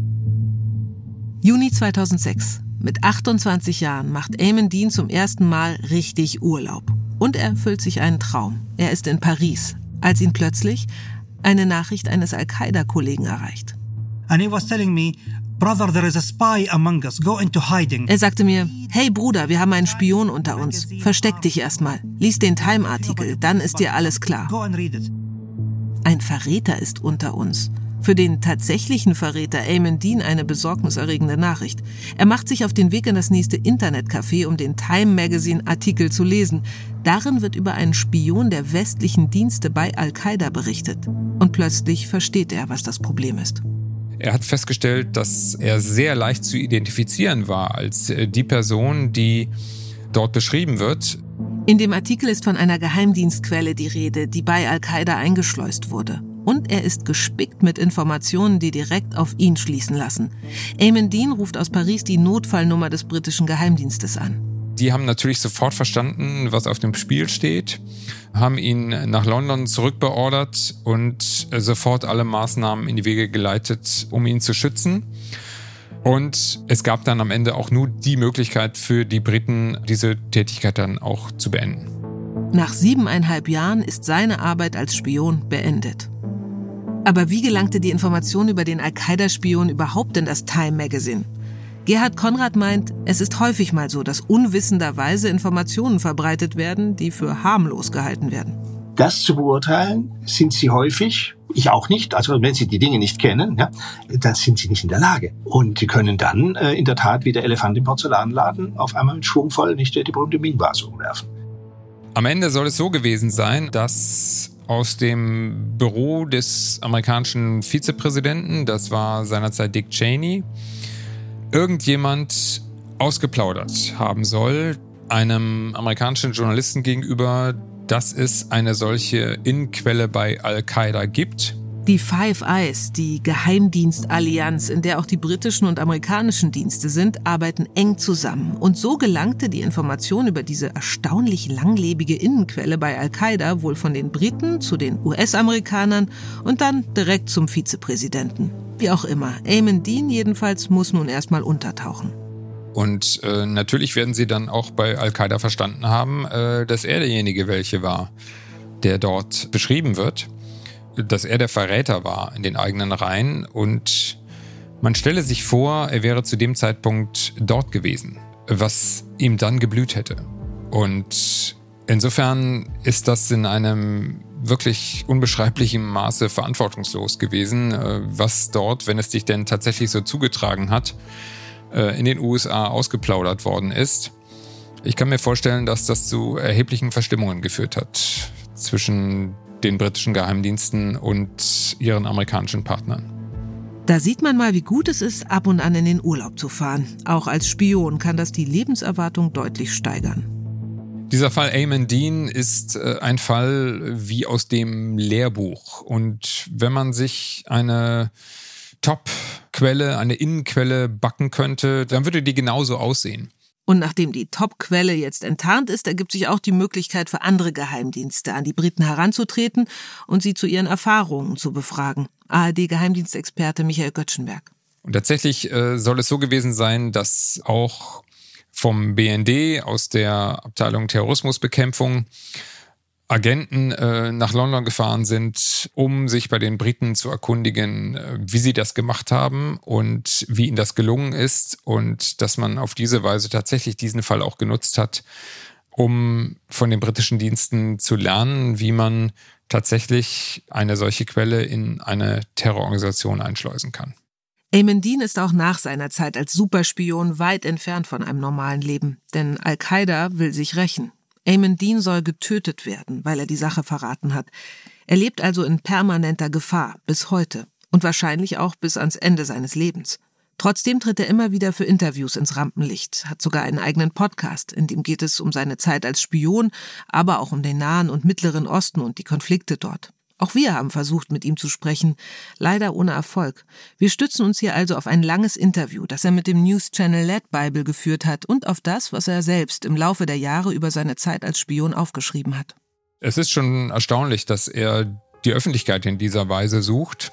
Juni zweitausendsechs. Mit achtundzwanzig Jahren macht Ayman Dean zum ersten Mal richtig Urlaub. Und er erfüllt sich einen Traum. Er ist in Paris, als ihn plötzlich eine Nachricht eines Al-Qaida-Kollegen erreicht. And he was telling me, brother, there is a spy among us. Go into hiding. Er sagte mir, hey Bruder, wir haben einen Spion unter uns. Versteck dich erstmal. Lies den Time-Artikel, dann ist dir alles klar. Go and read it. Ein Verräter ist unter uns. Für den tatsächlichen Verräter Ayman Dean eine besorgniserregende Nachricht. Er macht sich auf den Weg in das nächste Internetcafé, um den Time-Magazine-Artikel zu lesen. Darin wird über einen Spion der westlichen Dienste bei Al-Qaida berichtet. Und plötzlich versteht er, was das Problem ist. Er hat festgestellt, dass er sehr leicht zu identifizieren war als die Person, die dort beschrieben wird. In dem Artikel ist von einer Geheimdienstquelle die Rede, die bei Al-Qaida eingeschleust wurde. Und er ist gespickt mit Informationen, die direkt auf ihn schließen lassen. Ayman Dean ruft aus Paris die Notfallnummer des britischen Geheimdienstes an. Die haben natürlich sofort verstanden, was auf dem Spiel steht, haben ihn nach London zurückbeordert und sofort alle Maßnahmen in die Wege geleitet, um ihn zu schützen. Und es gab dann am Ende auch nur die Möglichkeit für die Briten, diese Tätigkeit dann auch zu beenden. Nach siebeneinhalb Jahren ist seine Arbeit als Spion beendet. Aber wie gelangte die Information über den Al-Qaida-Spion überhaupt in das Time Magazine? Gerhard Konrad meint, es ist häufig mal so, dass unwissenderweise Informationen verbreitet werden, die für harmlos gehalten werden. Das zu beurteilen, sind sie häufig, ich auch nicht, also wenn sie die Dinge nicht kennen, ja, dann sind sie nicht in der Lage. Und sie können dann äh, in der Tat wie der Elefant im Porzellanladen auf einmal mit schwungvoll nicht die berühmte Minenvase umwerfen. Am Ende soll es so gewesen sein, dass aus dem Büro des amerikanischen Vizepräsidenten, das war seinerzeit Dick Cheney, irgendjemand ausgeplaudert haben soll, einem amerikanischen Journalisten gegenüber, dass es eine solche Innenquelle bei Al-Qaida gibt. Die Five Eyes, die Geheimdienstallianz, in der auch die britischen und amerikanischen Dienste sind, arbeiten eng zusammen. Und so gelangte die Information über diese erstaunlich langlebige Innenquelle bei Al-Qaida wohl von den Briten zu den U S-Amerikanern und dann direkt zum Vizepräsidenten. Wie auch immer, Ayman Dean jedenfalls muss nun erstmal untertauchen. Und äh, natürlich werden sie dann auch bei Al-Qaida verstanden haben, äh, dass er derjenige welche war, der dort beschrieben wird, dass er der Verräter war in den eigenen Reihen. Und man stelle sich vor, er wäre zu dem Zeitpunkt dort gewesen, was ihm dann geblüht hätte. Und insofern ist das in einem wirklich unbeschreiblichen Maße verantwortungslos gewesen, was dort, wenn es sich denn tatsächlich so zugetragen hat, in den U S A ausgeplaudert worden ist. Ich kann mir vorstellen, dass das zu erheblichen Verstimmungen geführt hat zwischen den britischen Geheimdiensten und ihren amerikanischen Partnern. Da sieht man mal, wie gut es ist, ab und an in den Urlaub zu fahren. Auch als Spion kann das die Lebenserwartung deutlich steigern. Dieser Fall Ayman Dean ist ein Fall wie aus dem Lehrbuch. Und wenn man sich eine Top-Quelle, eine Innenquelle backen könnte, dann würde die genauso aussehen. Und nachdem die Top-Quelle jetzt enttarnt ist, ergibt sich auch die Möglichkeit für andere Geheimdienste, an die Briten heranzutreten und sie zu ihren Erfahrungen zu befragen. A R D-Geheimdienstexperte Michael Göttschenberg. Und tatsächlich äh, soll es so gewesen sein, dass auch vom B N D aus der Abteilung Terrorismusbekämpfung Agenten äh, nach London gefahren sind, um sich bei den Briten zu erkundigen, äh, wie sie das gemacht haben und wie ihnen das gelungen ist und dass man auf diese Weise tatsächlich diesen Fall auch genutzt hat, um von den britischen Diensten zu lernen, wie man tatsächlich eine solche Quelle in eine Terrororganisation einschleusen kann. Ayman Dean ist auch nach seiner Zeit als Superspion weit entfernt von einem normalen Leben, denn Al-Qaida will sich rächen. Ayman Dean soll getötet werden, weil er die Sache verraten hat. Er lebt also in permanenter Gefahr, bis heute. Und wahrscheinlich auch bis ans Ende seines Lebens. Trotzdem tritt er immer wieder für Interviews ins Rampenlicht, hat sogar einen eigenen Podcast, in dem geht es um seine Zeit als Spion, aber auch um den Nahen und Mittleren Osten und die Konflikte dort. Auch wir haben versucht, mit ihm zu sprechen, leider ohne Erfolg. Wir stützen uns hier also auf ein langes Interview, das er mit dem News-Channel Led Bible geführt hat und auf das, was er selbst im Laufe der Jahre über seine Zeit als Spion aufgeschrieben hat. Es ist schon erstaunlich, dass er die Öffentlichkeit in dieser Weise sucht,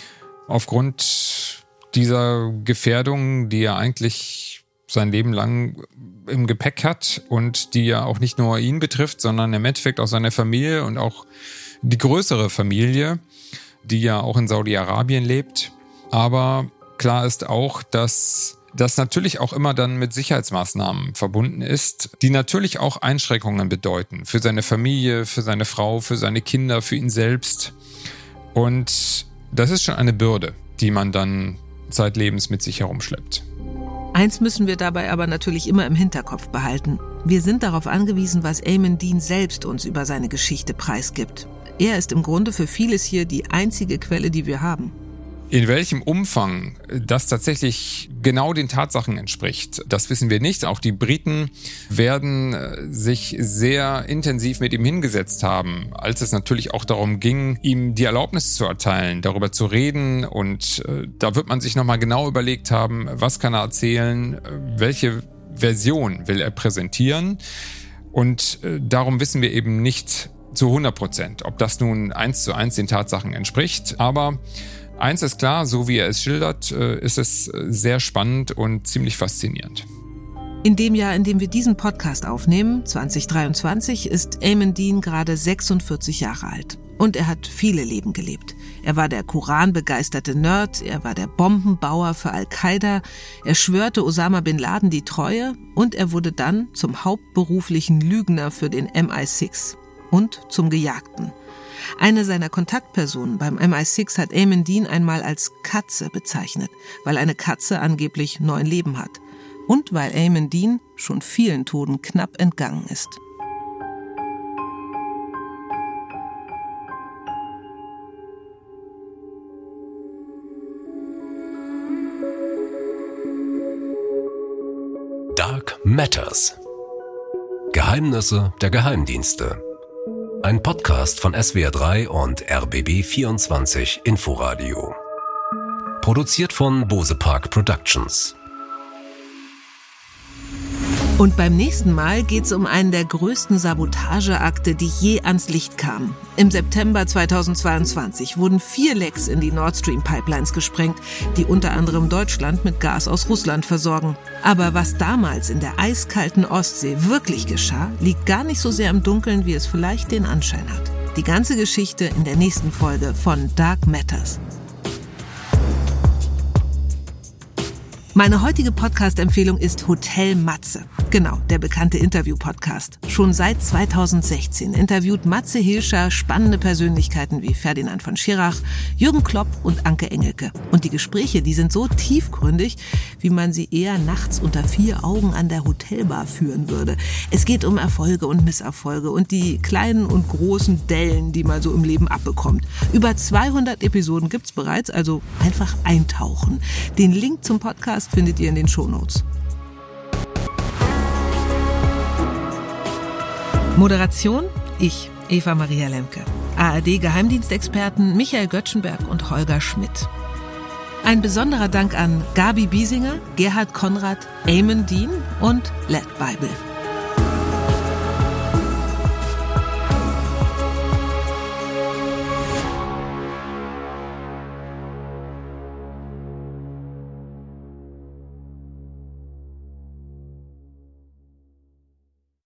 aufgrund dieser Gefährdung, die er eigentlich sein Leben lang im Gepäck hat und die ja auch nicht nur ihn betrifft, sondern im Endeffekt auch seine Familie und auch die größere Familie, die ja auch in Saudi-Arabien lebt. Aber klar ist auch, dass das natürlich auch immer dann mit Sicherheitsmaßnahmen verbunden ist, die natürlich auch Einschränkungen bedeuten für seine Familie, für seine Frau, für seine Kinder, für ihn selbst. Und das ist schon eine Bürde, die man dann zeitlebens mit sich herumschleppt. Eins müssen wir dabei aber natürlich immer im Hinterkopf behalten. Wir sind darauf angewiesen, was Ayman Dean selbst uns über seine Geschichte preisgibt. Er ist im Grunde für vieles hier die einzige Quelle, die wir haben. In welchem Umfang das tatsächlich genau den Tatsachen entspricht, das wissen wir nicht. Auch die Briten werden sich sehr intensiv mit ihm hingesetzt haben, als es natürlich auch darum ging, ihm die Erlaubnis zu erteilen, darüber zu reden. Und äh, da wird man sich nochmal genau überlegt haben, was kann er erzählen, welche Version will er präsentieren. Und äh, darum wissen wir eben nicht zu hundert Prozent, ob das nun eins zu eins den Tatsachen entspricht. Aber eins ist klar, so wie er es schildert, ist es sehr spannend und ziemlich faszinierend. In dem Jahr, in dem wir diesen Podcast aufnehmen, zwanzig dreiundzwanzig, ist Ayman Dean gerade sechsundvierzig Jahre alt. Und er hat viele Leben gelebt. Er war der Koran-begeisterte Nerd, er war der Bombenbauer für Al-Qaida, er schwörte Osama Bin Laden die Treue und er wurde dann zum hauptberuflichen Lügner für den M I sechs und zum Gejagten. Eine seiner Kontaktpersonen beim M I sechs hat Ayman Dean einmal als Katze bezeichnet, weil eine Katze angeblich neun Leben hat. Und weil Ayman Dean schon vielen Toten knapp entgangen ist. Dark Matters. Geheimnisse der Geheimdienste. Ein Podcast von S W R drei und R B B vierundzwanzig Inforadio. Produziert von Bose Park Productions. Und beim nächsten Mal geht es um einen der größten Sabotageakte, die je ans Licht kamen. Im September zweitausendzweiundzwanzig wurden vier Lecks in die Nord Stream Pipelines gesprengt, die unter anderem Deutschland mit Gas aus Russland versorgen. Aber was damals in der eiskalten Ostsee wirklich geschah, liegt gar nicht so sehr im Dunkeln, wie es vielleicht den Anschein hat. Die ganze Geschichte in der nächsten Folge von Dark Matters. Meine heutige Podcast-Empfehlung ist Hotel Matze. Genau, der bekannte Interview-Podcast. Schon seit zweitausendsechzehn interviewt Matze Hilscher spannende Persönlichkeiten wie Ferdinand von Schirach, Jürgen Klopp und Anke Engelke. Und die Gespräche, die sind so tiefgründig, wie man sie eher nachts unter vier Augen an der Hotelbar führen würde. Es geht um Erfolge und Misserfolge und die kleinen und großen Dellen, die man so im Leben abbekommt. Über zweihundert Episoden gibt's bereits, also einfach eintauchen. Den Link zum Podcast findet ihr in den Shownotes. Moderation? Ich, Eva Maria Lemke. A R D-Geheimdienstexperten Michael Göttschenberg und Holger Schmidt. Ein besonderer Dank an Gabi Biesinger, Gerhard Konrad, Eamon Dean und Led Bible.